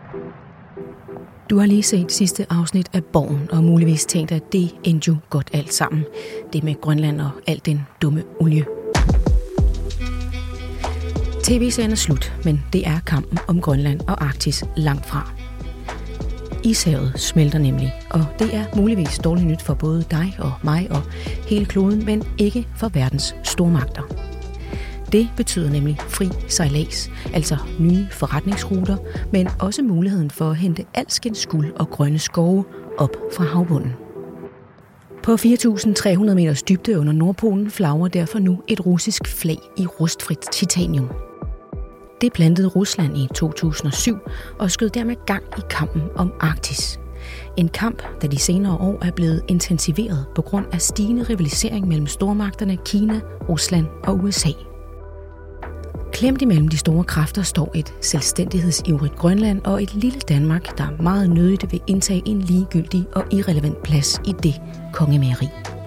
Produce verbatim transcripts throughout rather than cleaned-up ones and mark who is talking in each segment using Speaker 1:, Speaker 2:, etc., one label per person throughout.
Speaker 1: Du har lige set sidste afsnit af Borgen, og muligvis tænkt, at det endte jo godt alt sammen. Det med Grønland og al den dumme olie. T V-serien er slut, men det er kampen om Grønland og Arktis langt fra. Ishavet smelter nemlig, og det er muligvis dårligt nyt for både dig og mig og hele kloden, men ikke for verdens stormagter. Det betyder nemlig fri sejlads, altså nye forretningsruter, men også muligheden for at hente alskens guld og grønne skove op fra havbunden. På fire tusind tre hundrede meters dybde under Nordpolen flagrer derfor nu et russisk flag i rustfrit titanium. Det plantede Rusland i to tusind og syv og skød dermed gang i kampen om Arktis. En kamp, der de senere år er blevet intensiveret på grund af stigende rivalisering mellem stormagterne Kina, Rusland og U S A. Klemt imellem de store kræfter står et selvstændighedsivrigt Grønland og et lille Danmark, der meget nødigt vil indtage en ligegyldig og irrelevant plads i det kongemageri.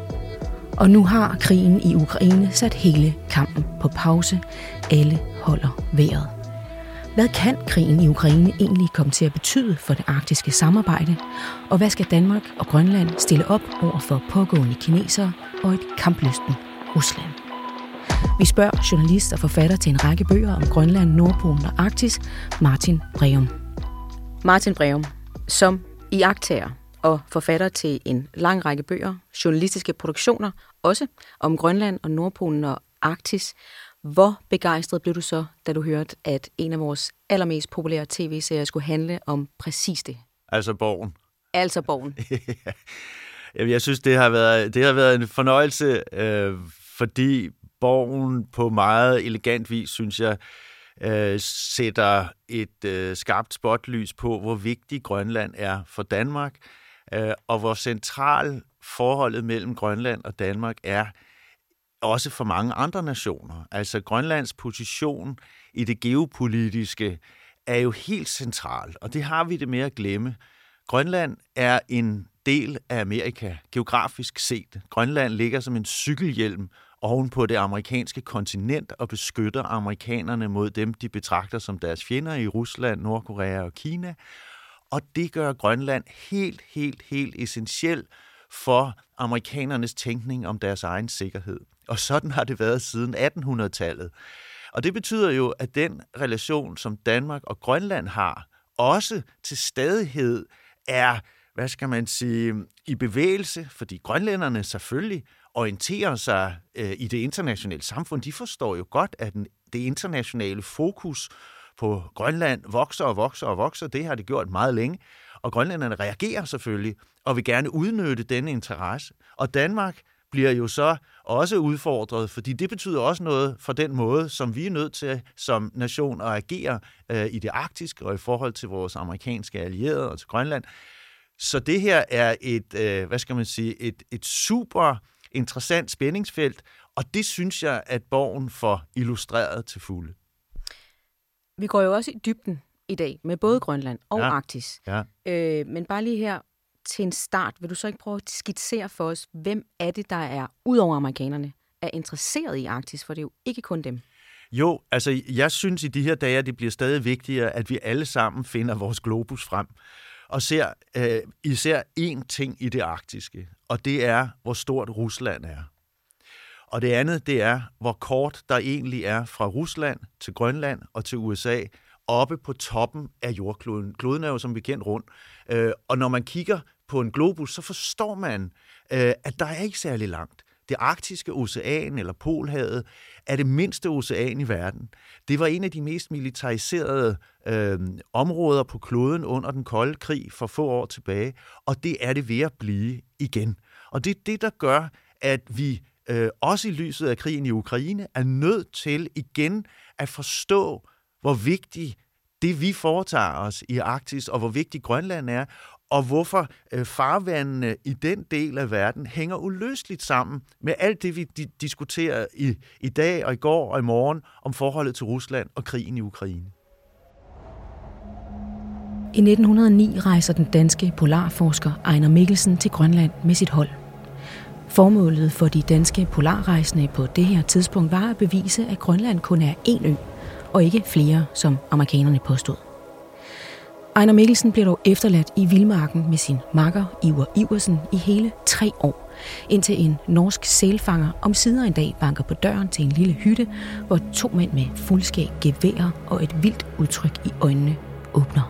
Speaker 1: Og nu har krigen i Ukraine sat hele kampen på pause. Alle holder vejret. Hvad kan krigen i Ukraine egentlig komme til at betyde for det arktiske samarbejde? Og hvad skal Danmark og Grønland stille op over for pågående kinesere og et kamplysten Rusland? Vi spørger journalist og forfatter til en række bøger om Grønland, Nordpolen og Arktis, Martin Breum. Martin Breum, som iagttager og forfatter til en lang række bøger, journalistiske produktioner, også om Grønland og Nordpolen og Arktis. Hvor begejstret blev du så, da du hørte, at en af vores allermest populære tv-serier skulle handle om præcis det?
Speaker 2: Altså Borgen.
Speaker 1: Altså Borgen.
Speaker 2: Jamen, jeg synes, det har været, det har været en fornøjelse, øh, fordi Borgen på meget elegant vis, synes jeg, øh, sætter et øh, skarpt spotlys på, hvor vigtig Grønland er for Danmark, øh, og hvor central forholdet mellem Grønland og Danmark er også for mange andre nationer. Altså Grønlands position i det geopolitiske er jo helt central, og det har vi det med at glemme. Grønland er en del af Amerika, geografisk set. Grønland ligger som en cykelhjelm oven på det amerikanske kontinent og beskytter amerikanerne mod dem, de betragter som deres fjender i Rusland, Nordkorea og Kina. Og det gør Grønland helt, helt, helt essentielt for amerikanernes tænkning om deres egen sikkerhed. Og sådan har det været siden attenhundredetallet. Og det betyder jo, at den relation, som Danmark og Grønland har, også til stadighed er, hvad skal man sige, i bevægelse, fordi grønlænderne selvfølgelig orienterer sig øh, i det internationale samfund. De forstår jo godt, at den, det internationale fokus på Grønland vokser og vokser og vokser. Det har det gjort meget længe. Og grønlænderne reagerer selvfølgelig og vil gerne udnytte denne interesse. Og Danmark bliver jo så også udfordret, fordi det betyder også noget for den måde, som vi er nødt til som nation at agere øh, i det arktiske og i forhold til vores amerikanske allierede og til Grønland. Så det her er et, øh, hvad skal man sige, et, et super interessant spændingsfelt, og det synes jeg, at Borgen får illustreret til fulde.
Speaker 1: Vi går jo også i dybden i dag med både Grønland og ja. Arktis.
Speaker 2: Ja.
Speaker 1: Øh, men bare lige her til en start, vil du så ikke prøve at skitsere for os, hvem er det, der er, udover amerikanerne, er interesseret i Arktis, for det er jo ikke kun dem.
Speaker 2: Jo, altså jeg synes i de her dage, at det bliver stadig vigtigere, at vi alle sammen finder vores globus frem og ser øh, især én ting i det arktiske, og det er, hvor stort Rusland er. Og det andet, det er, hvor kort der egentlig er fra Rusland til Grønland og til U S A, oppe på toppen af jordkloden. Kloden er jo som bekendt rund. Øh, og når man kigger på en globus, så forstår man, øh, at der er ikke særlig langt. Det arktiske ocean, eller Polhavet, er det mindste ocean i verden. Det var en af de mest militariserede øh, områder på kloden under den kolde krig for få år tilbage, og det er det ved at blive igen. Og det er det, der gør, at vi øh, også i lyset af krigen i Ukraine er nødt til igen at forstå, hvor vigtigt det, vi foretager os i Arktis, og hvor vigtigt Grønland er, og hvorfor øh, farvandene i den del af verden hænger uløseligt sammen med alt det, vi di- diskuterer i, i dag og i går og i morgen om forholdet til Rusland og krigen i Ukraine.
Speaker 1: I nitten hundrede og ni rejser den danske polarforsker Ejnar Mikkelsen til Grønland med sit hold. Formålet for de danske polarrejsende på det her tidspunkt var at bevise, at Grønland kun er én ø, og ikke flere, som amerikanerne påstod. Ejnar Mikkelsen blev dog efterladt i vildmarken med sin makker Ivar Iversen i hele tre år, indtil en norsk sælfanger omsider en dag banker på døren til en lille hytte, hvor to mænd med fuldskæg, geværer og et vildt udtryk i øjnene åbner.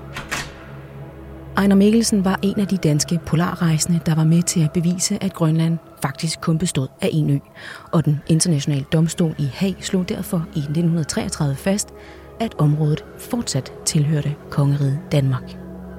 Speaker 1: Ejnar Mikkelsen var en af de danske polarrejsende, der var med til at bevise, at Grønland faktisk kun bestod af en ø, og den internationale domstol i Haag slog derfor i nitten treogtredive fast, at området fortsat tilhørte kongeriget Danmark.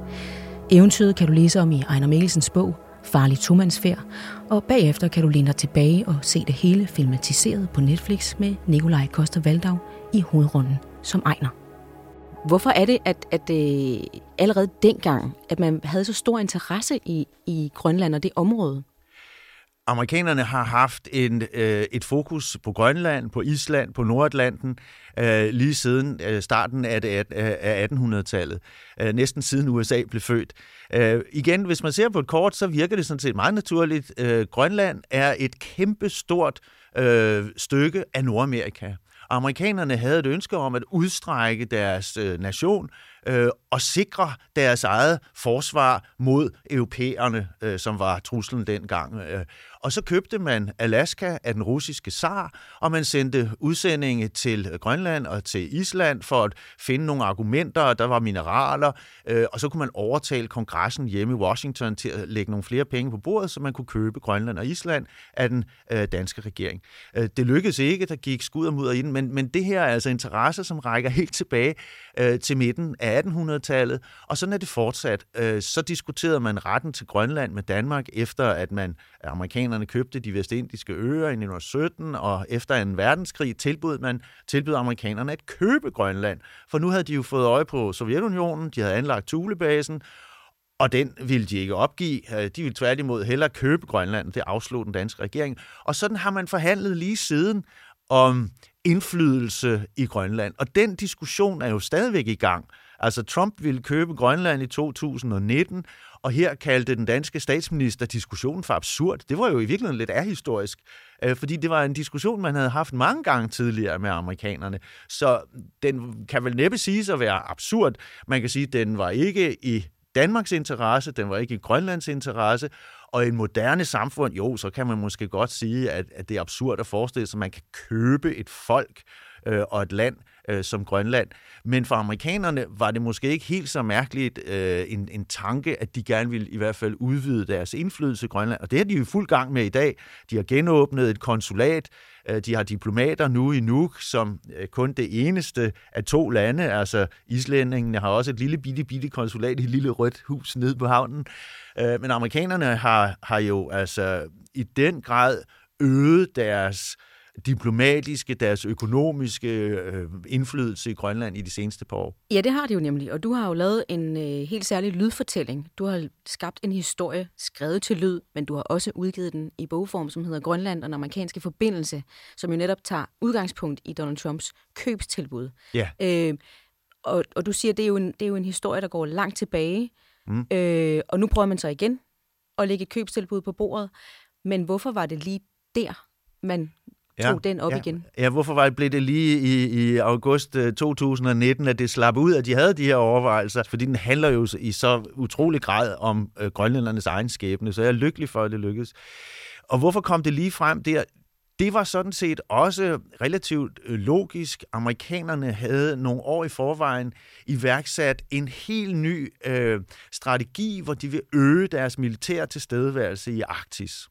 Speaker 1: Eventyret kan du læse om i Ejnar Mikkelsens bog Farlig tomandsfærd, og bagefter kan du læne dig tilbage og se det hele filmatiseret på Netflix med Nikolaj Coster-Waldau i hovedrollen som Ejnar. Hvorfor er det, at, at øh, allerede dengang, at man havde så stor interesse i, i Grønland og det område?
Speaker 2: Amerikanerne har haft en, øh, et fokus på Grønland, på Island, på Nordatlanten, øh, lige siden øh, starten af, det, af attenhundredetallet. Øh, næsten siden U S A blev født. Øh, igen, hvis man ser på et kort, så virker det sådan set meget naturligt. Øh, Grønland er et kæmpestort øh, stykke af Nordamerika. Amerikanerne havde et ønske om at udstrække deres øh, nation øh, og sikre deres eget forsvar mod europæerne, øh, som var truslen dengang. Og så købte man Alaska af den russiske zar, og man sendte udsendinge til Grønland og til Island for at finde nogle argumenter. Der var mineraler, øh, og så kunne man overtale kongressen hjemme i Washington til at lægge nogle flere penge på bordet, så man kunne købe Grønland og Island af den øh, danske regering. Øh, det lykkedes ikke, der gik skud og mudder i den, men, men det her er altså interesser, som rækker helt tilbage øh, til midten af attenhundredetallet, og sådan er det fortsat. Øh, så diskuterede man retten til Grønland med Danmark, efter at man amerikanerne købte de vestindiske øer i nitten sytten, og efter en verdenskrig tilbød man tilbød amerikanerne at købe Grønland, for nu havde de jo fået øje på Sovjetunionen, de havde anlagt Thulebasen, og den ville de ikke opgive. De ville tværtimod hellere købe Grønland, det afslog den danske regering. Og sådan har man forhandlet lige siden om indflydelse i Grønland. Og den diskussion er jo stadigvæk i gang. Altså Trump ville købe Grønland i to tusind nitten, og her kaldte den danske statsminister diskussionen for absurd. Det var jo i virkeligheden lidt ahistorisk, fordi det var en diskussion, man havde haft mange gange tidligere med amerikanerne. Så den kan vel næppe siges at være absurd. Man kan sige, at den var ikke i Danmarks interesse, den var ikke i Grønlands interesse, og i en moderne samfund, jo, så kan man måske godt sige, at, at det er absurd at forestille sig, at man kan købe et folk øh, og et land øh, som Grønland. Men for amerikanerne var det måske ikke helt så mærkeligt øh, en, en tanke, at de gerne ville i hvert fald udvide deres indflydelse i Grønland. Og det er de jo i fuld gang med i dag. De har genåbnet et konsulat. De har diplomater nu i Nuuk, som kun det eneste af to lande. Altså islændingene har også et lille bitte, bitte konsulat i et lille rødt hus nede på havnen. Men amerikanerne har, har jo altså i den grad øget deres diplomatiske, deres økonomiske øh, indflydelse i Grønland i de seneste par år.
Speaker 1: Ja, det har de jo nemlig, og du har jo lavet en øh, helt særlig lydfortælling. Du har skabt en historie, skrevet til lyd, men du har også udgivet den i bogform, som hedder Grønland og den amerikanske forbindelse, som jo netop tager udgangspunkt i Donald Trumps købstilbud.
Speaker 2: Ja.
Speaker 1: Øh, og, og du siger, det er, jo en, det er jo en historie, der går langt tilbage, mm. øh, og nu prøver man så igen at lægge et købstilbud på bordet, men hvorfor var det lige der, man tog ja, den op
Speaker 2: ja.
Speaker 1: igen?
Speaker 2: Ja, hvorfor var det, blev det lige i, i august to tusind nitten, at det slap ud, at de havde de her overvejelser? Fordi den handler jo i så utrolig grad om øh, grønlændernes egen skæbne, så jeg er lykkelig for, at det lykkedes. Og hvorfor kom det lige frem der? Det var sådan set også relativt logisk. Amerikanerne havde nogle år i forvejen iværksat en helt ny øh, strategi, hvor de vil øge deres militære tilstedeværelse i Arktis.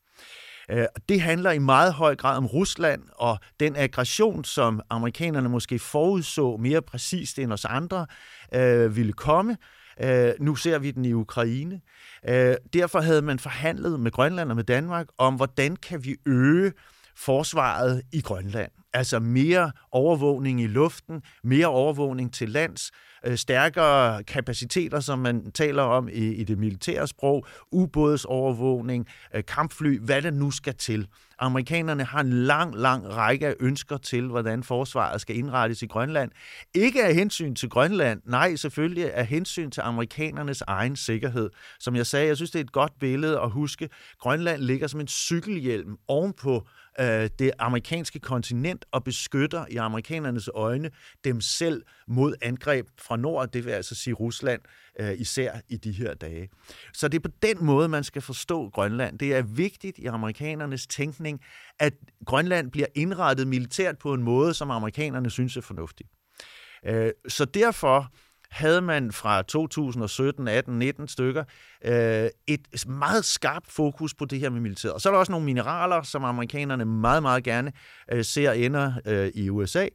Speaker 2: Det handler i meget høj grad om Rusland og den aggression, som amerikanerne måske forudså mere præcist end os andre øh, ville komme. Øh, nu ser vi den i Ukraine. Øh, derfor havde man forhandlet med Grønland og med Danmark om, hvordan kan vi øge forsvaret i Grønland. Altså mere overvågning i luften, mere overvågning til lands, øh, stærkere kapaciteter, som man taler om i, i det militære sprog, ubådsovervågning, øh, kampfly, hvad det nu skal til. Amerikanerne har en lang, lang række af ønsker til, hvordan forsvaret skal indrettes i Grønland. Ikke af hensyn til Grønland, nej, selvfølgelig af hensyn til amerikanernes egen sikkerhed. Som jeg sagde, jeg synes, det er et godt billede at huske. Grønland ligger som en cykelhjelm ovenpå øh, det amerikanske kontinent og beskytter i amerikanernes øjne dem selv mod angreb fra nord, det vil altså sige Rusland. øh, især i de her dage. Så det er på den måde, man skal forstå Grønland. Det er vigtigt i amerikanernes tænkning, at Grønland bliver indrettet militært på en måde, som amerikanerne synes er fornuftig. Øh, så derfor havde man fra to tusind og sytten, atten, nitten stykker øh, et meget skarpt fokus på det her med militæret. Og så er der også nogle mineraler, som amerikanerne meget, meget gerne øh, ser ender øh, i U S A.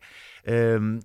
Speaker 2: Øh,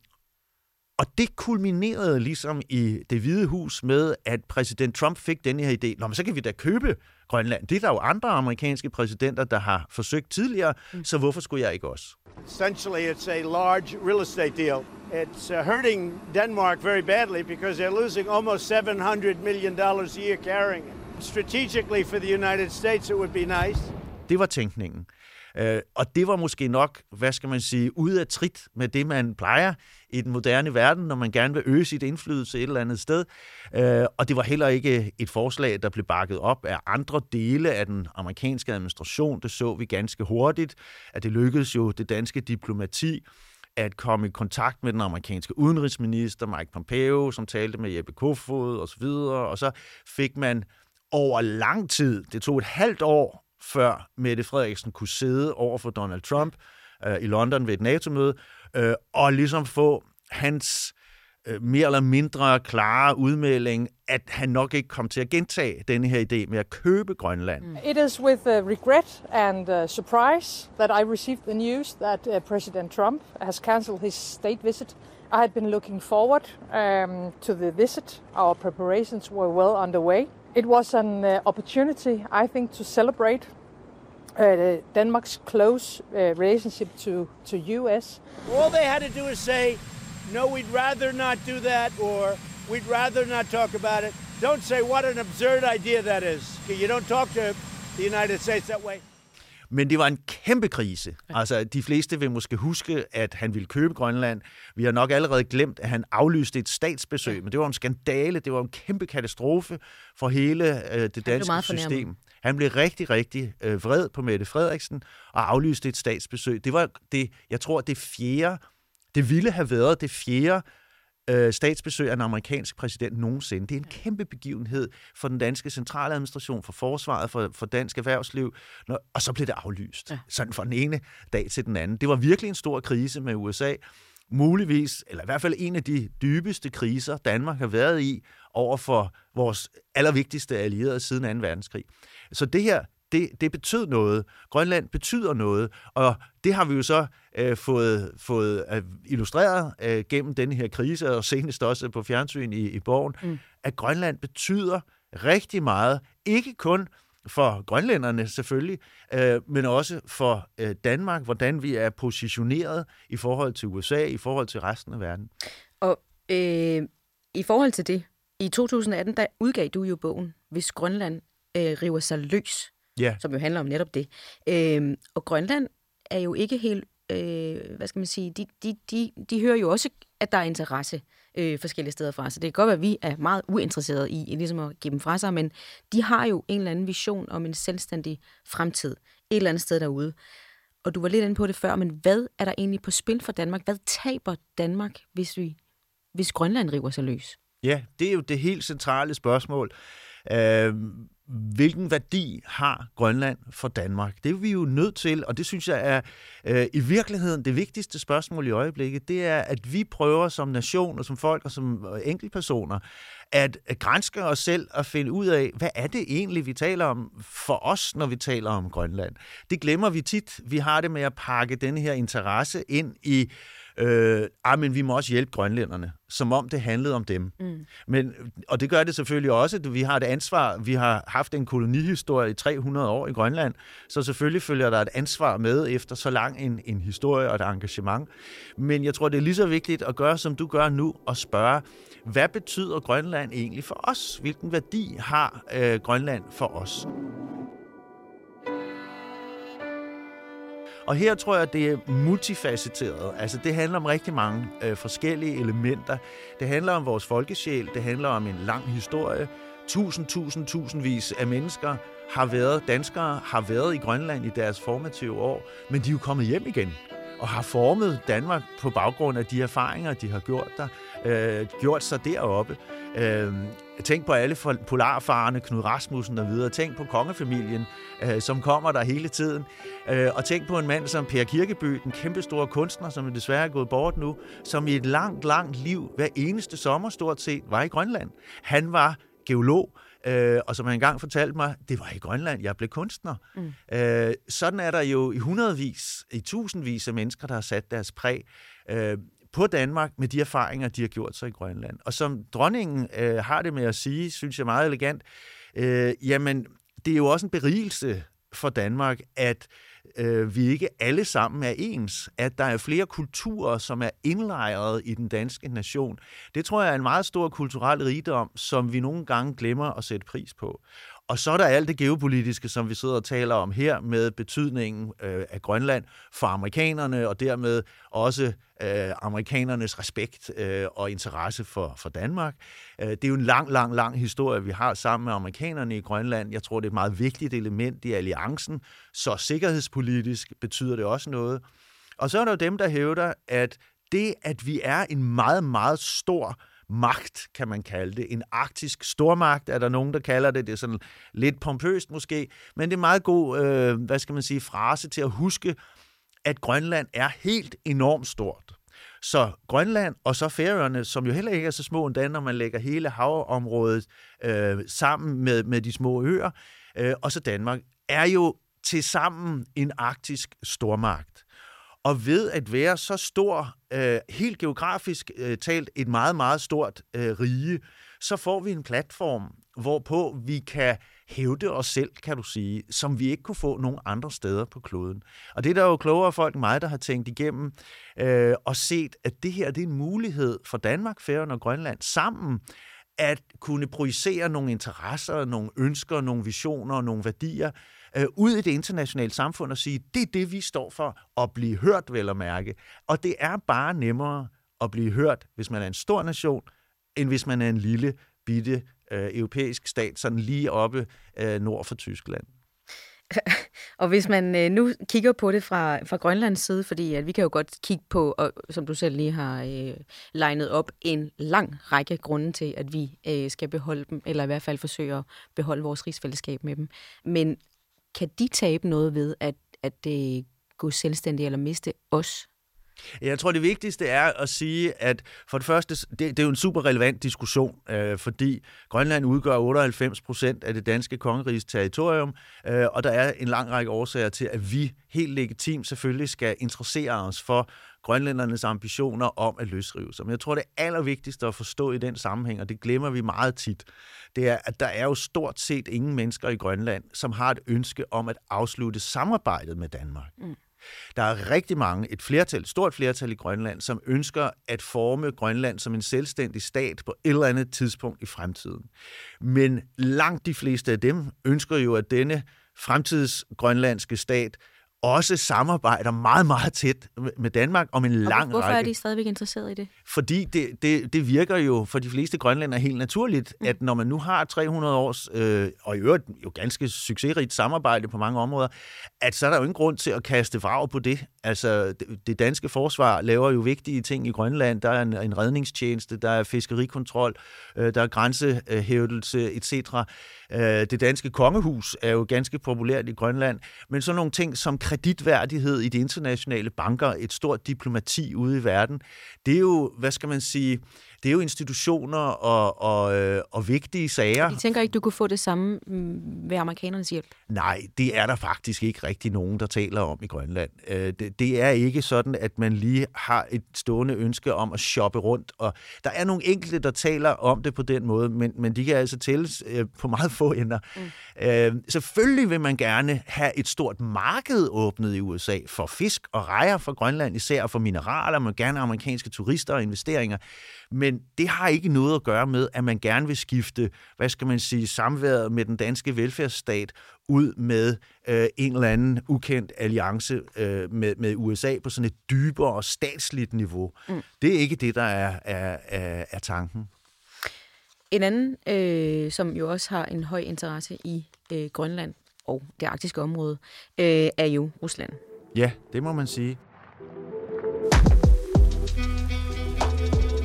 Speaker 2: og det kulminerede ligesom i Det Hvide Hus med, at præsident Trump fik den her idé. Nå, men så kan vi da købe Grønland. Det er der jo andre amerikanske præsidenter, der har forsøgt tidligere, mm. så hvorfor skulle jeg ikke også?
Speaker 3: Essentially, it's a large real estate deal. It's uh, hurting Denmark very badly because they're losing almost seven hundred million dollars a year carrying it. Strategically for the United States, it would be nice.
Speaker 2: Det var tænkningen. Uh, og det var måske nok, hvad skal man sige, ude af trit med det, man plejer i den moderne verden, når man gerne vil øge sit indflydelse et eller andet sted. Uh, og det var heller ikke et forslag, der blev bakket op af andre dele af den amerikanske administration. Det så vi ganske hurtigt, at det lykkedes jo det danske diplomati at komme i kontakt med den amerikanske udenrigsminister, Mike Pompeo, som talte med Jeppe Kofod og så videre. Og så fik man over lang tid, det tog et halvt år, før Mette Frederiksen kunne sidde over for Donald Trump øh, i London ved et NATO-møde, øh, og ligesom få hans øh, mere eller mindre klare udmelding, at han nok ikke kom til at gentage denne her idé med at købe Grønland.
Speaker 4: Mm. It is with uh, regret and uh, surprise that I received the news that uh, President Trump has cancelled his state visit. I had been looking forward um, to the visit. Our preparations were well underway. It was an uh, opportunity, I think, to celebrate uh, Denmark's close uh, relationship to, to U S.
Speaker 3: All they had to do is say, no, we'd rather not do that, or we'd rather not talk about it. Don't say what an absurd idea that is. You don't talk to the United States that way.
Speaker 2: Men det var en kæmpe krise. Altså, de fleste vil måske huske, at han ville købe Grønland. Vi har nok allerede glemt, at han aflyste et statsbesøg, men det var en skandale, det var en kæmpe katastrofe for hele øh, det danske system. Han blev rigtig, rigtig øh, vred på Mette Frederiksen og aflyste et statsbesøg. Det var det, jeg tror, det fjerde, det ville have været det fjerde øh, statsbesøg af en amerikansk præsident nogensinde. Det er en kæmpe begivenhed for den danske centraladministration, for forsvaret, for, for dansk erhvervsliv, og så blev det aflyst. Ja. Sådan fra den ene dag til den anden. Det var virkelig en stor krise med U S A. Muligvis, eller i hvert fald en af de dybeste kriser, Danmark har været i over for vores allervigtigste allierede siden anden verdenskrig. Så det her, det, det betød noget. Grønland betyder noget, og det har vi jo så øh, fået, fået øh, illustreret øh, gennem denne her krise, og senest også på fjernsyn i, i Borgen, mm. at Grønland betyder rigtig meget, ikke kun for grønlænderne selvfølgelig, øh, men også for øh, Danmark, hvordan vi er positioneret i forhold til U S A, i forhold til resten af verden.
Speaker 1: Og øh, i forhold til det, i to tusind atten, der udgav du jo bogen, Hvis Grønland øh, river sig løs, ja. Som jo handler om netop det. Øh, og Grønland er jo ikke helt, øh, hvad skal man sige, de, de, de, de hører jo også, at der er interesse øh, forskellige steder fra. Så det kan godt være, at vi er meget uinteresserede i, i ligesom at give dem fra sig, men de har jo en eller anden vision om en selvstændig fremtid et eller andet sted derude. Og du var lidt inde på det før, men hvad er der egentlig på spil for Danmark? Hvad taber Danmark, hvis, vi, hvis Grønland river sig løs?
Speaker 2: Ja, det er jo det helt centrale spørgsmål. Øh, hvilken værdi har Grønland for Danmark? Det er vi jo nødt til, og det synes jeg er øh, i virkeligheden det vigtigste spørgsmål i øjeblikket, det er, at vi prøver som nation og som folk og som enkeltpersoner at granske os selv og finde ud af, hvad er det egentlig, vi taler om for os, når vi taler om Grønland. Det glemmer vi tit. Vi har det med at pakke denne her interesse ind i Øh, ah, men vi må også hjælpe grønlænderne, som om det handlede om dem. Mm. Men, og det gør det selvfølgelig også, at vi har et ansvar. Vi har haft en kolonihistorie i tre hundrede år i Grønland, så selvfølgelig følger der et ansvar med efter så lang en, en historie og et engagement. Men jeg tror, det er lige så vigtigt at gøre, som du gør nu, og spørge, hvad betyder Grønland egentlig for os? Hvilken værdi har øh, Grønland for os? Og her tror jeg, det er multifacetteret. Altså, det handler om rigtig mange øh, forskellige elementer. Det handler om vores folkesjæl. Det handler om en lang historie. Tusind, tusind, tusindvis af mennesker har været, danskere har været i Grønland i deres formative år, men de er jo kommet hjem igen. og har formet Danmark på baggrund af de erfaringer, de har gjort, der, øh, gjort sig deroppe. Øh, tænk på alle polarfarerne, Knud Rasmussen og videre. Tænk på kongefamilien, øh, som kommer der hele tiden. Øh, og tænk på en mand som Per Kirkeby, den kæmpestore kunstner, som desværre er gået bort nu, som i et langt, langt liv, hver eneste sommer stort set, var i Grønland. Han var geolog, øh, og som han engang fortalte mig, det var i Grønland, jeg blev kunstner. Mm. Øh, sådan er der jo i hundredvis, i tusindvis af mennesker, der har sat deres præg øh, på Danmark med de erfaringer, de har gjort sig i Grønland. Og som dronningen øh, har det med at sige, synes jeg meget elegant, øh, jamen, det er jo også en berigelse for Danmark, at øh, vi ikke alle sammen er ens, at der er flere kulturer, som er indlejret i den danske nation. Det tror jeg er en meget stor kulturel rigdom, som vi nogle gange glemmer at sætte pris på. Og så er der alt det geopolitiske, som vi sidder og taler om her, med betydningen øh, af Grønland for amerikanerne, og dermed også øh, amerikanernes respekt øh, og interesse for, for Danmark. Øh, det er jo en lang, lang, lang historie, vi har sammen med amerikanerne i Grønland. Jeg tror, det er et meget vigtigt element i alliancen, så sikkerhedspolitisk betyder det også noget. Og så er der jo dem, der hævder, at det, at vi er en meget, meget stor magt, kan man kalde det. En arktisk stormagt, er der nogen, der kalder det. Det er sådan lidt pompøst måske, men det er en meget god, øh, hvad skal man sige, frase til at huske, at Grønland er helt enormt stort. Så Grønland og så Færøerne, som jo heller ikke er så små endda, når man lægger hele havområdet øh, sammen med, med de små øer, øh, og så Danmark, er jo tilsammen en arktisk stormagt. Og ved at være så stor, øh, helt geografisk øh, talt et meget, meget stort øh, rige, så får vi en platform, hvorpå vi kan hævde os selv, kan du sige, som vi ikke kunne få nogen andre steder på kloden. Og det er der jo klogere folk end mig, der har tænkt igennem øh, og set, at det her det er en mulighed for Danmark, Færøerne og Grønland sammen, at kunne projicere nogle interesser, nogle ønsker, nogle visioner og nogle værdier øh, ud i det internationale samfund og sige, det er det, vi står for, at blive hørt, vel at mærke. Og det er bare nemmere at blive hørt, hvis man er en stor nation, end hvis man er en lille, bitte øh, europæisk stat, sådan lige oppe øh, nord for Tyskland.
Speaker 1: Og hvis man øh, nu kigger på det fra, fra Grønlands side, fordi at vi kan jo godt kigge på, og, som du selv lige har øh, legnet op, en lang række grunde til, at vi øh, skal beholde dem, eller i hvert fald forsøge at beholde vores rigsfællesskab med dem. Men kan de tabe noget ved, at, at det går selvstændigt eller miste os?
Speaker 2: Jeg tror, det vigtigste er at sige, at for det første, det, det er jo en super relevant diskussion, øh, fordi Grønland udgør otteoghalvfems procent af det danske kongeriges territorium, øh, og der er en lang række årsager til, at vi helt legitimt selvfølgelig skal interessere os for grønlændernes ambitioner om at løsrive sig. Men jeg tror, det allervigtigste at forstå i den sammenhæng, og det glemmer vi meget tit, det er, at der er jo stort set ingen mennesker i Grønland, som har et ønske om at afslutte samarbejdet med Danmark. Mm. Der er rigtig mange, et flertal, et stort flertal i Grønland, som ønsker at forme Grønland som en selvstændig stat på et eller andet tidspunkt i fremtiden. Men langt de fleste af dem ønsker jo, at denne fremtidsgrønlandske stat også samarbejder meget, meget tæt med Danmark om en lang række.
Speaker 1: Hvorfor er de stadigvæk interesseret i det?
Speaker 2: Fordi det, det, det virker jo for de fleste grønlændere helt naturligt, mm. at når man nu har tre hundrede års, øh, og i øvrigt jo ganske succesrigt samarbejde på mange områder, at så er der jo ingen grund til at kaste vrag på det. Altså, det, det danske forsvar laver jo vigtige ting i Grønland. Der er en, en redningstjeneste, der er fiskerikontrol, øh, der er grænsehævdelse et cetera. Øh, det danske kongehus er jo ganske populært i Grønland, men sådan nogle ting som kreditværdighed i de internationale banker, et stort diplomati ude i verden, det er jo, hvad skal man sige, det er jo institutioner og, og, og vigtige sager.
Speaker 1: De tænker ikke, du kunne få det samme ved amerikanernes hjælp?
Speaker 2: Nej, det er der faktisk ikke rigtig nogen, der taler om i Grønland. Det, det er ikke sådan, at man lige har et stående ønske om at shoppe rundt. Og der er nogle enkelte, der taler om det på den måde, men, men de kan altså tælles på meget få ender. Mm. Øh, selvfølgelig vil man gerne have et stort marked åbnet i U S A for fisk og rejer fra Grønland, især for mineraler, man gerne amerikanske turister og investeringer. Men det har ikke noget at gøre med, at man gerne vil skifte, hvad skal man sige, samværet med den danske velfærdsstat ud med øh, en eller anden ukendt alliance øh, med, med U S A på sådan et dybere statsligt niveau. Mm. Det er ikke det, der er, er, er, er tanken.
Speaker 1: En anden, øh, som jo også har en høj interesse i øh, Grønland og det arktiske område, øh, er jo Rusland.
Speaker 2: Ja, det må man sige.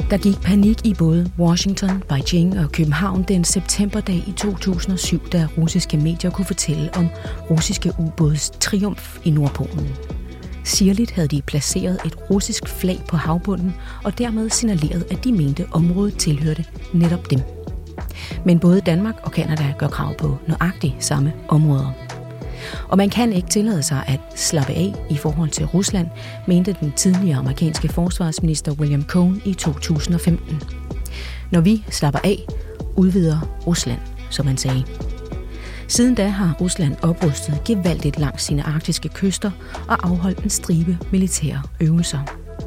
Speaker 1: Der gik panik i både Washington, Beijing og København den septemberdag i to tusind og syv, da russiske medier kunne fortælle om russiske ubåds triumf i Nordpolen. Sirligt havde de placeret et russisk flag på havbunden og dermed signaleret, at de mente, området tilhørte netop dem. Men både Danmark og Canada gør krav på nøjagtigt samme områder. Og man kan ikke tillade sig at slappe af i forhold til Rusland, mente den tidligere amerikanske forsvarsminister William Cohen i to tusind og femten. Når vi slapper af, udvider Rusland, som han sagde. Siden da har Rusland oprustet gevaldigt langs sine arktiske kyster og afholdt en stribe militære øvelser.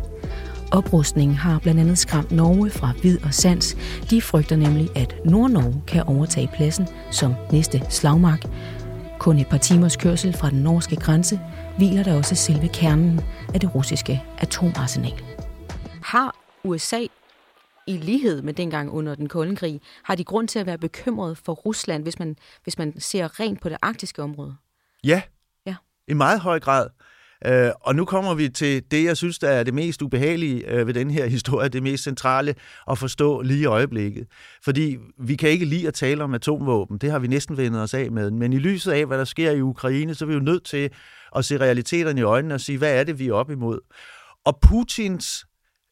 Speaker 1: Oprustningen har blandt andet skræmt Norge fra vid og sans. De frygter nemlig, at Nord-Norge kan overtage pladsen som næste slagmark. Kun et par timers kørsel fra den norske grænse hviler der også selve kernen af det russiske atomarsenal. Har U S A i lighed med dengang under den kolde krig, har de grund til at være bekymret for Rusland, hvis man, hvis man ser rent på det arktiske område?
Speaker 2: Ja,
Speaker 1: ja.
Speaker 2: I meget høj grad. Uh, og nu kommer vi til det, jeg synes, der er det mest ubehagelige uh, ved den her historie, det mest centrale at forstå lige i øjeblikket. Fordi vi kan ikke lide at tale om atomvåben, det har vi næsten vendet os af med. Men i lyset af, hvad der sker i Ukraine, så er vi jo nødt til at se realiteterne i øjnene og sige, hvad er det, vi er op imod? Og Putins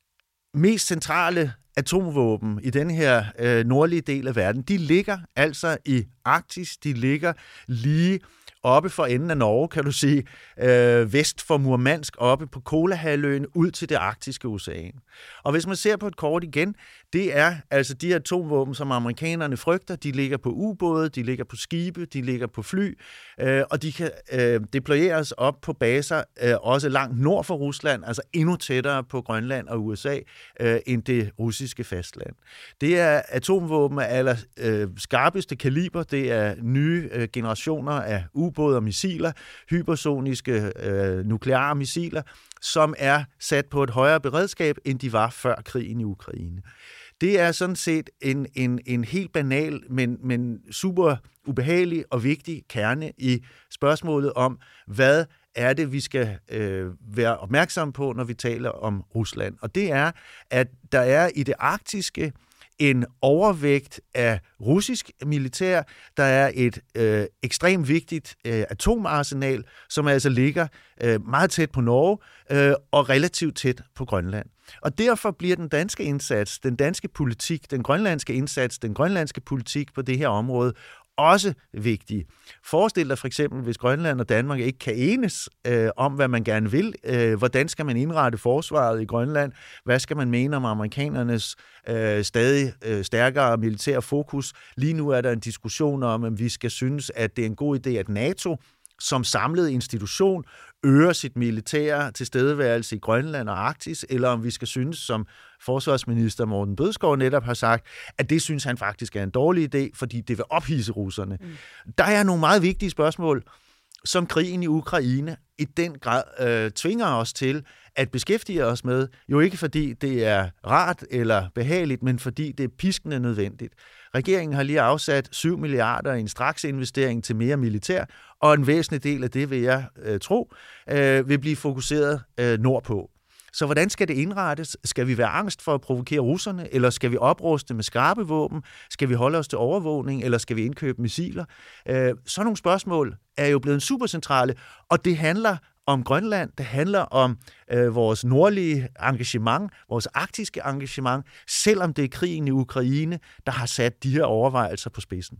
Speaker 2: mest centrale atomvåben i den her øh, nordlige del af verden, de ligger altså i Arktis, de ligger lige oppe for enden af Norge, kan du sige, øh, vest for Murmansk, oppe på Kolahalvøen, ud til det arktiske ocean. Og hvis man ser på et kort igen, det er altså de atomvåben, som amerikanerne frygter, de ligger på ubåde, de ligger på skibe, de ligger på fly, øh, og de kan øh, deployeres op på baser, øh, også langt nord for Rusland, altså endnu tættere på Grønland og U S A, øh, end det russiske fastland. Det er atomvåben af aller øh, skarpeste kaliber, det er nye øh, generationer af ubåde og missiler, hypersoniske øh, nukleare missiler, som er sat på et højere beredskab, end de var før krigen i Ukraine. Det er sådan set en, en, en helt banal, men, men super ubehagelig og vigtig kerne i spørgsmålet om, hvad er det, vi skal øh, være opmærksomme på, når vi taler om Rusland. Og det er, at der er i det arktiske en overvægt af russisk militær. Der er et øh, ekstremt vigtigt øh, atomarsenal, som altså ligger øh, meget tæt på Norge øh, og relativt tæt på Grønland. Og derfor bliver den danske indsats, den danske politik, den grønlandske indsats, den grønlandske politik på det her område også vigtige. Forestil dig for eksempel, hvis Grønland og Danmark ikke kan enes øh, om, hvad man gerne vil. Øh, hvordan skal man indrette forsvaret i Grønland? Hvad skal man mene om amerikanernes øh, stadig øh, stærkere militære fokus? Lige nu er der en diskussion om, at vi skal synes, at det er en god idé, at NATO som samlet institution øger sit militære tilstedeværelse i Grønland og Arktis, eller om vi skal synes, som forsvarsminister Morten Bødskov netop har sagt, at det synes han faktisk er en dårlig idé, fordi det vil ophidse russerne. Mm. Der er nogle meget vigtige spørgsmål, som krigen i Ukraine i den grad øh, tvinger os til at beskæftige os med, jo ikke fordi det er rart eller behageligt, men fordi det er piskende nødvendigt. Regeringen har lige afsat syv milliarder i en straksinvestering til mere militær, og en væsentlig del af det, vil jeg øh, tro, øh, vil blive fokuseret øh, nordpå. Så hvordan skal det indrettes? Skal vi være angst for at provokere russerne, eller skal vi opruste med skarpe våben? Skal vi holde os til overvågning, eller skal vi indkøbe missiler? Øh, sådan nogle spørgsmål er jo blevet supercentrale, og det handler om Grønland, det handler om øh, vores nordlige engagement, vores arktiske engagement, selvom det er krigen i Ukraine, der har sat de her overvejelser på spidsen.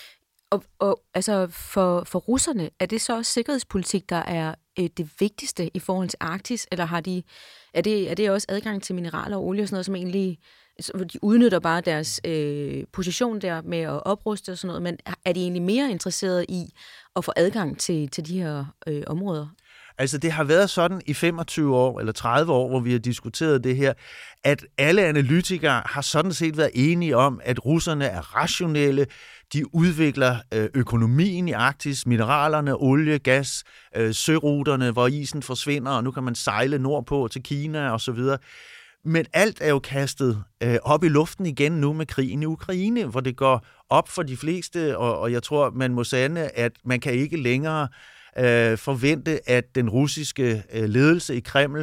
Speaker 1: Og, og altså for, for russerne, er det så også sikkerhedspolitik, der er øh, det vigtigste i forhold til Arktis, eller har de, er, det, er det også adgang til mineraler og olie og sådan noget, som egentlig, de udnytter bare deres øh, position der med at opruste og sådan noget, men er de egentlig mere interesserede i at få adgang til, til de her øh, områder?
Speaker 2: Altså det har været sådan i femogtyve år eller tredive år, hvor vi har diskuteret det her, at alle analytikere har sådan set været enige om, at russerne er rationelle, de udvikler økonomien i Arktis, mineralerne, olie, gas, søruterne, hvor isen forsvinder, og nu kan man sejle nordpå til Kina og så videre. Men alt er jo kastet øh, op i luften igen nu med krigen i Ukraine, hvor det går op for de fleste, og, og jeg tror, man må sande, at man kan ikke længere øh, forvente, at den russiske øh, ledelse i Kreml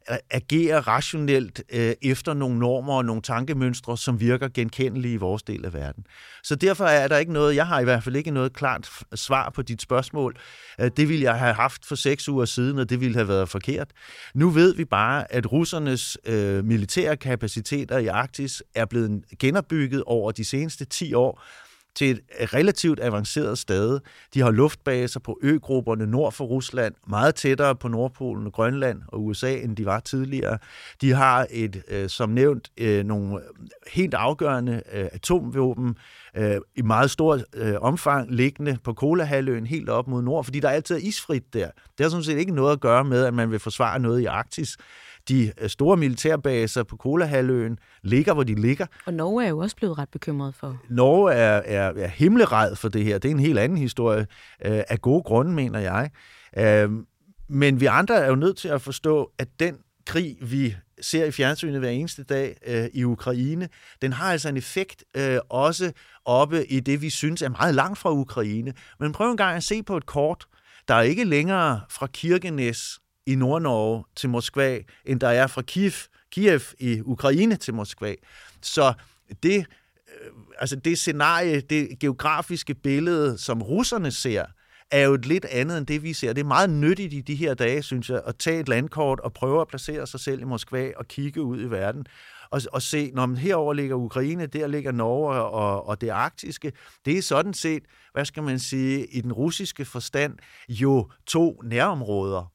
Speaker 2: agere rationelt øh, efter nogle normer og nogle tankemønstre, som virker genkendelige i vores del af verden. Så derfor er der ikke noget, jeg har i hvert fald ikke noget klart svar på dit spørgsmål. Øh, det ville jeg have haft for seks uger siden, og det ville have været forkert. Nu ved vi bare, at russernes øh, militære kapaciteter i Arktis er blevet genopbygget over de seneste ti år, til et relativt avanceret sted. De har luftbaser på øgrupperne nord for Rusland, meget tættere på Nordpolen, Grønland og U S A, end de var tidligere. De har et, øh, som nævnt, øh, nogle helt afgørende øh, atomvåben øh, i meget stort øh, omfang liggende på Kolahalvøen helt op mod nord, fordi der altid er isfrit der. Det har sådan set ikke noget at gøre med, at man vil forsvare noget i Arktis. De store militærbaser på Kolahalvøen ligger, hvor de ligger.
Speaker 1: Og Norge er jo også blevet ret bekymret for.
Speaker 2: Norge er, er, er himmelred for det her. Det er en helt anden historie øh, af gode grunde, mener jeg. Øh, men vi andre er jo nødt til at forstå, at den krig, vi ser i fjernsynet hver eneste dag øh, i Ukraine, den har altså en effekt øh, også oppe i det, vi synes er meget langt fra Ukraine. Men prøv en gang at se på et kort. Der er ikke længere fra Kirkenes i Nord-Norge til Moskva, end der er fra Kiev, Kiev i Ukraine til Moskva. Så det, altså det scenarie, det geografiske billede, som russerne ser, er jo et lidt andet end det, vi ser. Det er meget nyttigt i de her dage, synes jeg, at tage et landkort og prøve at placere sig selv i Moskva og kigge ud i verden og, og se, når man herover ligger Ukraine, der ligger Norge og, og det arktiske. Det er sådan set, hvad skal man sige, i den russiske forstand, jo to nærområder.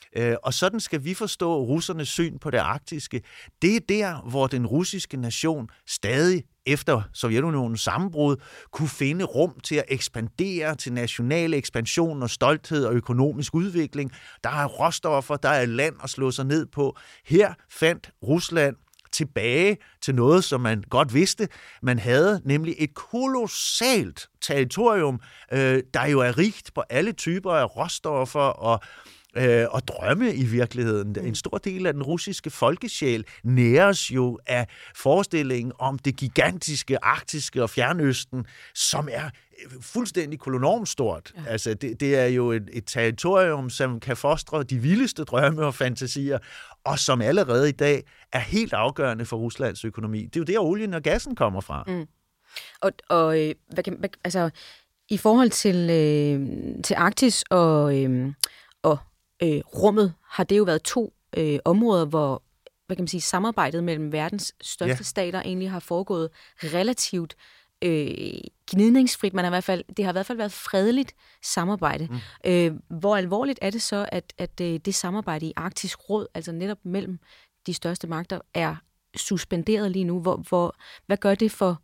Speaker 2: Og sådan skal vi forstå russernes syn på det arktiske. Det er der, hvor den russiske nation stadig efter Sovjetunionens sammenbrud kunne finde rum til at ekspandere til national ekspansion og stolthed og økonomisk udvikling. Der er råstoffer, der er land at slå sig ned på. Her fandt Rusland tilbage til noget, som man godt vidste, man havde, nemlig et kolossalt territorium, øh, der jo er rigt på alle typer af råstoffer og Øh, og drømme i virkeligheden. En stor del af den russiske folkesjæl næres jo af forestillingen om det gigantiske arktiske og Fjernøsten, som er fuldstændig kolonormt stort. Ja. Altså, det, det er jo et, et territorium, som kan fostre de vildeste drømme og fantasier, og som allerede i dag er helt afgørende for Ruslands økonomi. Det er jo der, olien og gassen kommer fra. Mm.
Speaker 1: Og, og hvad kan, hvad, altså, i forhold til, øh, til Arktis og, øh, og Øh, rummet, har det jo været to øh, områder, hvor hvad kan man sige, samarbejdet mellem verdens største yeah. stater egentlig har foregået relativt øh, gnidningsfrit. Man har i hvert fald, det har i hvert fald været fredeligt samarbejde. Mm. Øh, hvor alvorligt er det så, at, at øh, det samarbejde i Arktisk Råd, altså netop mellem de største magter, er suspenderet lige nu? Hvor, hvor, hvad gør det for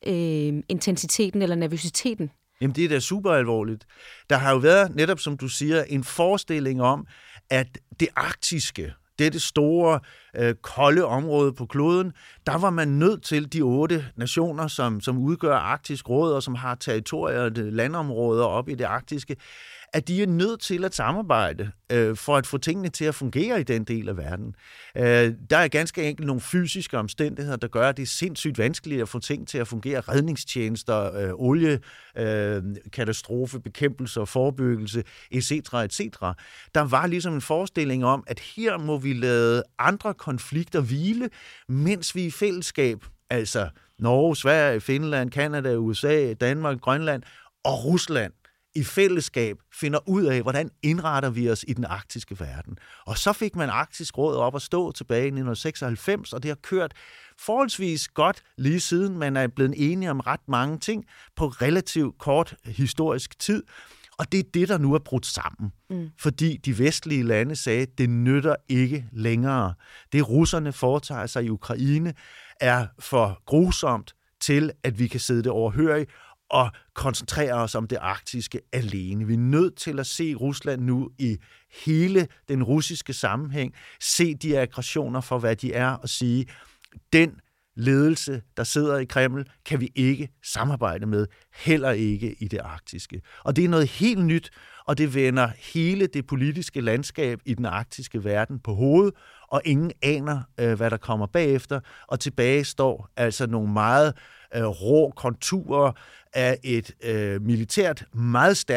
Speaker 1: øh, intensiteten eller nervøsiteten?
Speaker 2: Jamen, det er da super alvorligt. Der har jo været, netop som du siger, en forestilling om, at det arktiske, dette store, øh, kolde område på kloden, der var man nødt til de otte nationer, som, som udgør Arktisk Råd, og som har territorier og landområder op i det arktiske, at de er nødt til at samarbejde øh, for at få tingene til at fungere i den del af verden. Øh, der er ganske enkelt nogle fysiske omstændigheder, der gør, at det er sindssygt vanskeligt at få ting til at fungere. Redningstjenester, øh, olie, øh, katastrofe, bekæmpelse og forebyggelse, et cetera et cetera. Der var ligesom en forestilling om, at her må vi lade andre konflikter hvile, mens vi i fællesskab, altså Norge, Sverige, Finland, Canada, U S A, Danmark, Grønland og Rusland, i fællesskab finder ud af, hvordan indretter vi os i den arktiske verden. Og så fik man Arktisk Råd op at stå tilbage i nitten seksoghalvfems, og det har kørt forholdsvis godt lige siden man er blevet enige om ret mange ting på relativt kort historisk tid. Og det er det, der nu er brudt sammen. Mm. Fordi de vestlige lande sagde, at det nytter ikke længere. Det russerne foretager sig i Ukraine er for grusomt til, at vi kan sidde det overhørigt og koncentrere os om det arktiske alene. Vi er nødt til at se Rusland nu i hele den russiske sammenhæng, se de aggressioner for, hvad de er, og sige, den ledelse, der sidder i Kreml, kan vi ikke samarbejde med, heller ikke i det arktiske. Og det er noget helt nyt, og det vender hele det politiske landskab i den arktiske verden på hovedet, og ingen aner, hvad der kommer bagefter, og tilbage står altså nogle meget rå konturer af et øh, militært meget stærkt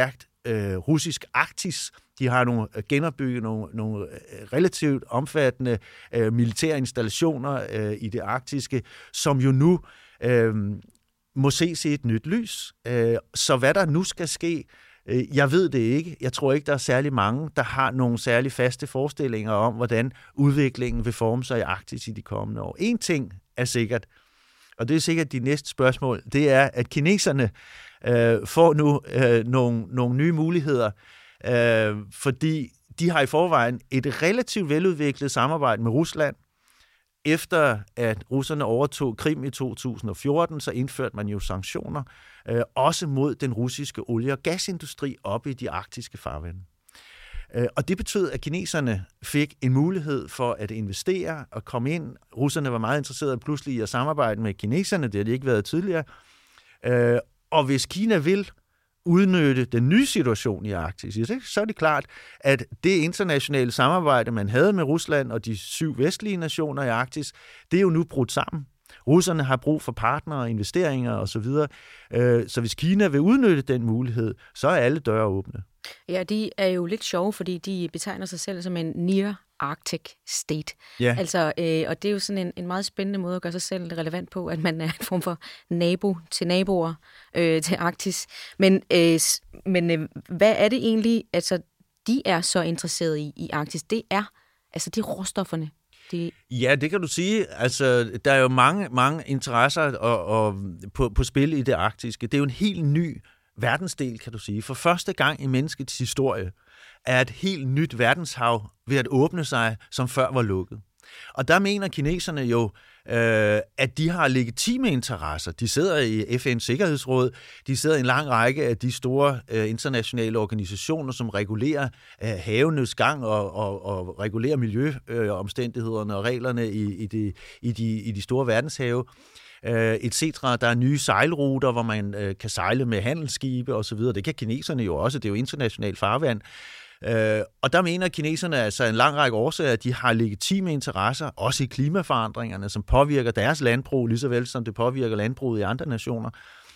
Speaker 2: øh, russisk Arktis. De har nogle genopbygget nogle, nogle relativt omfattende øh, militære installationer øh, i det arktiske, som jo nu øh, må ses i et nyt lys. Øh, så hvad der nu skal ske, øh, jeg ved det ikke. Jeg tror ikke, der er særlig mange, der har nogle særlig faste forestillinger om, hvordan udviklingen vil forme sig i Arktis i de kommende år. En ting er sikkert, og det er sikkert de næste spørgsmål, det er, at kineserne øh, får nu øh, nogle, nogle nye muligheder, øh, fordi de har i forvejen et relativt veludviklet samarbejde med Rusland. Efter at russerne overtog Krim i to tusind og fjorten, så indførte man jo sanktioner, øh, også mod den russiske olie- og gasindustri oppe i de arktiske farvande. Øh, og det betød, at kineserne fik en mulighed for at investere og komme ind. Russerne var meget interesserede pludselig i at samarbejde med kineserne, det har de ikke været tidligere. Øh, og hvis Kina vil udnytte den nye situation i Arktis, så er det klart, at det internationale samarbejde, man havde med Rusland og de syv vestlige nationer i Arktis, det er jo nu brudt sammen. Russerne har brug for partnere, investeringer osv. Så hvis Kina vil udnytte den mulighed, så er alle døre åbne.
Speaker 1: Ja, de er jo lidt sjove, fordi de betegner sig selv som en near Arctic state.
Speaker 2: Ja.
Speaker 1: Altså, øh, og det er jo sådan en, en meget spændende måde at gøre sig selv relevant på, at man er en form for nabo til naboer øh, til Arktis. Men, øh, men øh, hvad er det egentlig, altså, de er så interesserede i, i Arktis? Det er, altså, det er råstofferne. Det...
Speaker 2: Ja, det kan du sige. Altså, der er jo mange, mange interesser og, og på, på spil i det arktiske. Det er jo en helt ny verdensdel, kan du sige. For første gang i menneskets historie er et helt nyt verdenshav ved at åbne sig, som før var lukket. Og der mener kineserne jo, øh, at de har legitime interesser. De sidder i F N's Sikkerhedsråd, de sidder i en lang række af de store øh, internationale organisationer, som regulerer øh, havenes gang og, og, og regulerer miljøomstændighederne øh, og reglerne i, i, de, i, de, i de store verdenshave. et cetera. Der er nye sejlruter, hvor man øh, kan sejle med handelsskibe osv. Det kan kineserne jo også, det er jo internationalt farvand. Øh, og der mener kineserne altså en lang række årsager, at de har legitime interesser, også i klimaforandringerne, som påvirker deres landbrug, lige så vel som det påvirker landbruget i andre nationer.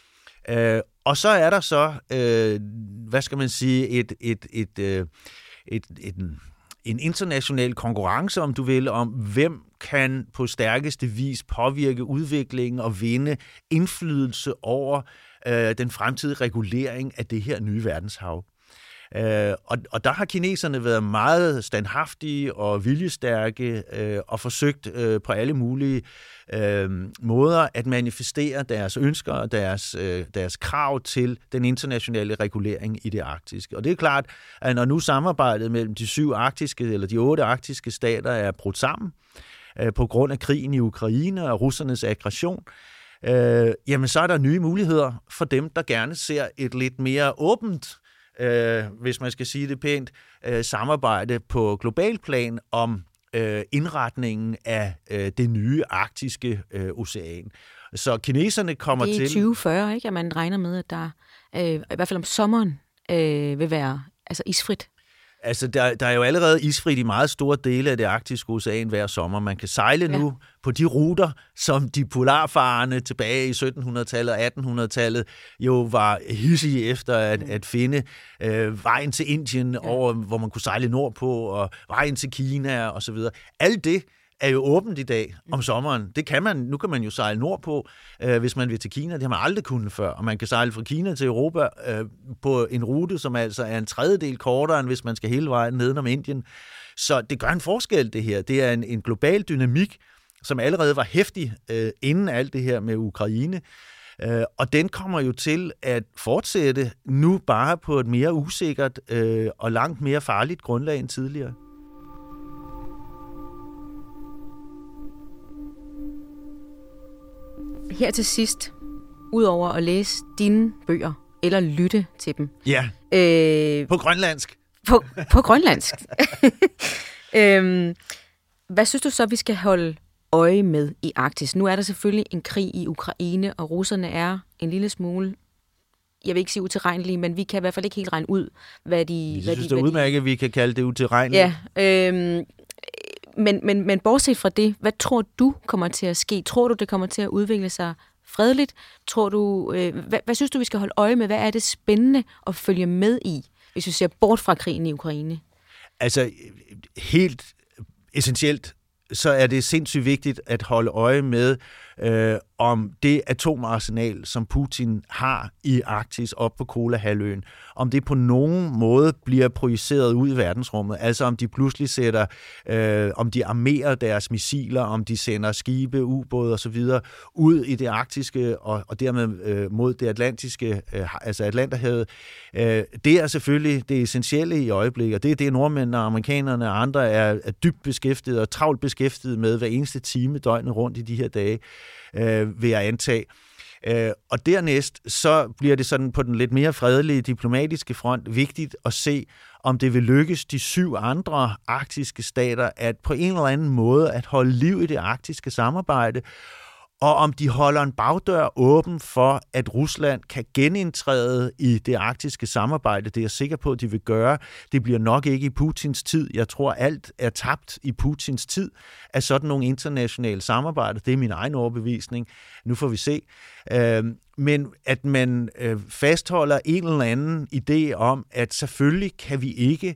Speaker 2: Øh, og så er der så, øh, hvad skal man sige, et, et, et, et, et, et, en international konkurrence, om du vil, om hvem kan på stærkeste vis påvirke udviklingen og vinde indflydelse over øh, den fremtidige regulering af det her nye verdenshav. Øh, og, og der har kineserne været meget standhaftige og viljestærke øh, og forsøgt øh, på alle mulige øh, måder at manifestere deres ønsker og deres, øh, deres krav til den internationale regulering i det arktiske. Og det er klart, at når nu samarbejdet mellem de syv arktiske eller de otte arktiske stater er brudt sammen øh, på grund af krigen i Ukraine og russernes aggression, øh, jamen så er der nye muligheder for dem, der gerne ser et lidt mere åbent, Øh, hvis man skal sige det pænt, øh, samarbejde på global plan om øh, indretningen af øh, det nye arktiske øh, ocean. Så kineserne kommer til...
Speaker 1: Det er i tyve fyrre, ikke? At man regner med, at der øh, i hvert fald om sommeren øh, vil være altså isfrit.
Speaker 2: Altså, der, der er jo allerede isfrit i meget store dele af det arktiske ocean hver sommer. Man kan sejle ja. nu på de ruter, som de polarfarerne tilbage i syttenhundredetallet og attenhundredetallet jo var hidsige efter at, at finde øh, vejen til Indien, ja. over, hvor man kunne sejle nordpå, og vejen til Kina og så videre. Alt det er jo åbent i dag om sommeren. Det kan man, nu kan man jo sejle nordpå, øh, hvis man vil til Kina. Det har man aldrig kunnet før. Og man kan sejle fra Kina til Europa øh, på en rute, som altså er en tredjedel kortere, end hvis man skal hele vejen nedenom Indien. Så det gør en forskel, det her. Det er en, en global dynamik, som allerede var heftig øh, inden alt det her med Ukraine. Øh, og den kommer jo til at fortsætte nu bare på et mere usikkert øh, og langt mere farligt grundlag end tidligere.
Speaker 1: Her til sidst, udover at læse dine bøger, eller lytte til dem.
Speaker 2: Ja,
Speaker 1: øh,
Speaker 2: på grønlandsk.
Speaker 1: På, på grønlandsk. øhm, hvad synes du så, vi skal holde øje med i Arktis? Nu er der selvfølgelig en krig i Ukraine, og russerne er en lille smule, jeg vil ikke sige utilregnelige, men vi kan i hvert fald ikke helt regne ud, hvad de...
Speaker 2: Jeg
Speaker 1: hvad
Speaker 2: synes,
Speaker 1: de,
Speaker 2: det er udmærket, at vi kan kalde det utilregneligt.
Speaker 1: Ja, øhm, Men, men, men bortset fra det, hvad tror du kommer til at ske? Tror du, det kommer til at udvikle sig fredeligt? Tror du, øh, hvad, hvad synes du, vi skal holde øje med? Hvad er det spændende at følge med i hvis vi ser bort fra krigen i Ukraine?
Speaker 2: Altså, helt essentielt, så er det sindssygt vigtigt at holde øje med, øh, om det atomarsenal, som Putin har i Arktis op på Kolahalvøen, om det på nogen måde bliver projiceret ud i verdensrummet. Altså om de pludselig sætter, øh, om de armerer deres missiler, om de sender skibe, ubåde osv. ud i det arktiske og, og dermed øh, mod det atlantiske, øh, altså Atlanterhavet. Øh, det er selvfølgelig det essentielle i øjeblikket, og det er det, nordmændene og amerikanerne og andre er, er dybt beskæftiget og travlt beskæftiget med hver eneste time døgnet rundt i de her dage, øh, vil jeg antage. Øh, og dernæst, så bliver det sådan på den lidt mere fredelige diplomatiske front vigtigt at se, om det vil lykkes de syv andre arktiske stater at på en eller anden måde at holde liv i det arktiske samarbejde, og om de holder en bagdør åben for, at Rusland kan genindtræde i det arktiske samarbejde. Det er jeg sikker på, at de vil gøre. Det bliver nok ikke i Putins tid. Jeg tror, alt er tabt i Putins tid af sådan nogle internationale samarbejder. Det er min egen overbevisning. Nu får vi se. Men at man fastholder en eller anden idé om, at selvfølgelig kan vi ikke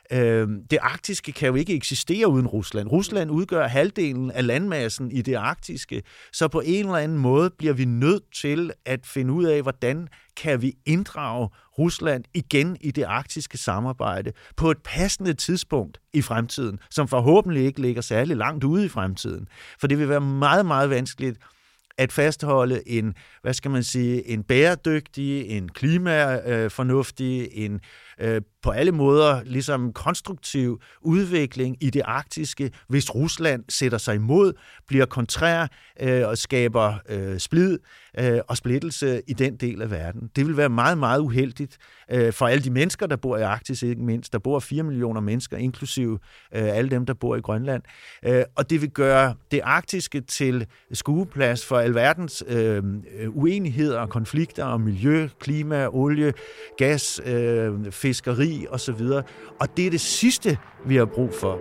Speaker 2: det arktiske kan jo ikke eksistere uden Rusland. Rusland udgør halvdelen af landmassen i det arktiske, så på en eller anden måde bliver vi nødt til at finde ud af, hvordan kan vi inddrage Rusland igen i det arktiske samarbejde på et passende tidspunkt i fremtiden, som forhåbentlig ikke ligger særlig langt ude i fremtiden. For det vil være meget, meget vanskeligt at fastholde en, hvad skal man sige, en bæredygtig, en klimafornuftig, en øh, på alle måder ligesom konstruktiv udvikling i det arktiske, hvis Rusland sætter sig imod, bliver kontrær øh, og skaber øh, splid øh, og splittelse i den del af verden. Det vil være meget, meget uheldigt øh, for alle de mennesker, der bor i Arktis, ikke mindst. Der bor fire millioner mennesker, inklusive øh, alle dem, der bor i Grønland. Øh, og det vil gøre det arktiske til skueplads for alverdens øh, uenigheder og konflikter om miljø, klima, olie, gas, øh, fiskeri osv. Og det er det sidste, vi har brug for.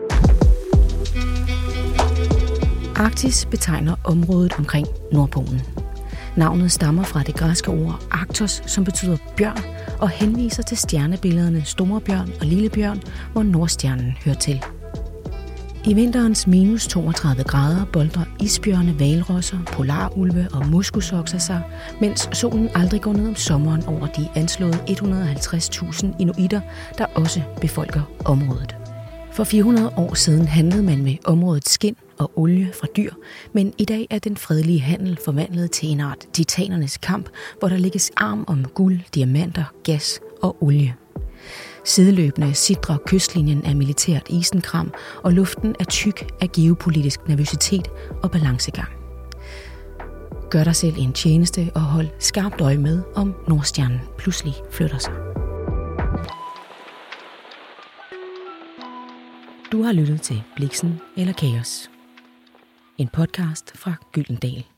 Speaker 1: Arktis betegner området omkring Nordpolen. Navnet stammer fra det græske ord Arktos, som betyder bjørn, og henviser til stjernebillederne Storebjørn og Lillebjørn, hvor Nordstjernen hører til. I vinterens minus toogtredive grader boltrer isbjørne, hvalrosser, polarulve og muskusokser sig, mens solen aldrig går ned om sommeren over de anslået et hundrede og halvtreds tusind inuitter, der også befolker området. For fire hundrede år siden handlede man med områdets skind og olie fra dyr, men i dag er den fredelige handel forvandlet til en art titanernes kamp, hvor der lægges arm om guld, diamanter, gas og olie. Sideløbende sidrer kystlinjen af militært isenkram, og luften er tyk af geopolitisk nervøsitet og balancegang. Gør dig selv en tjeneste og hold skarpt øje med, om Nordstjernen pludselig flytter sig. Du har lyttet til Blixen eller Kaos. En podcast fra Gyldendal.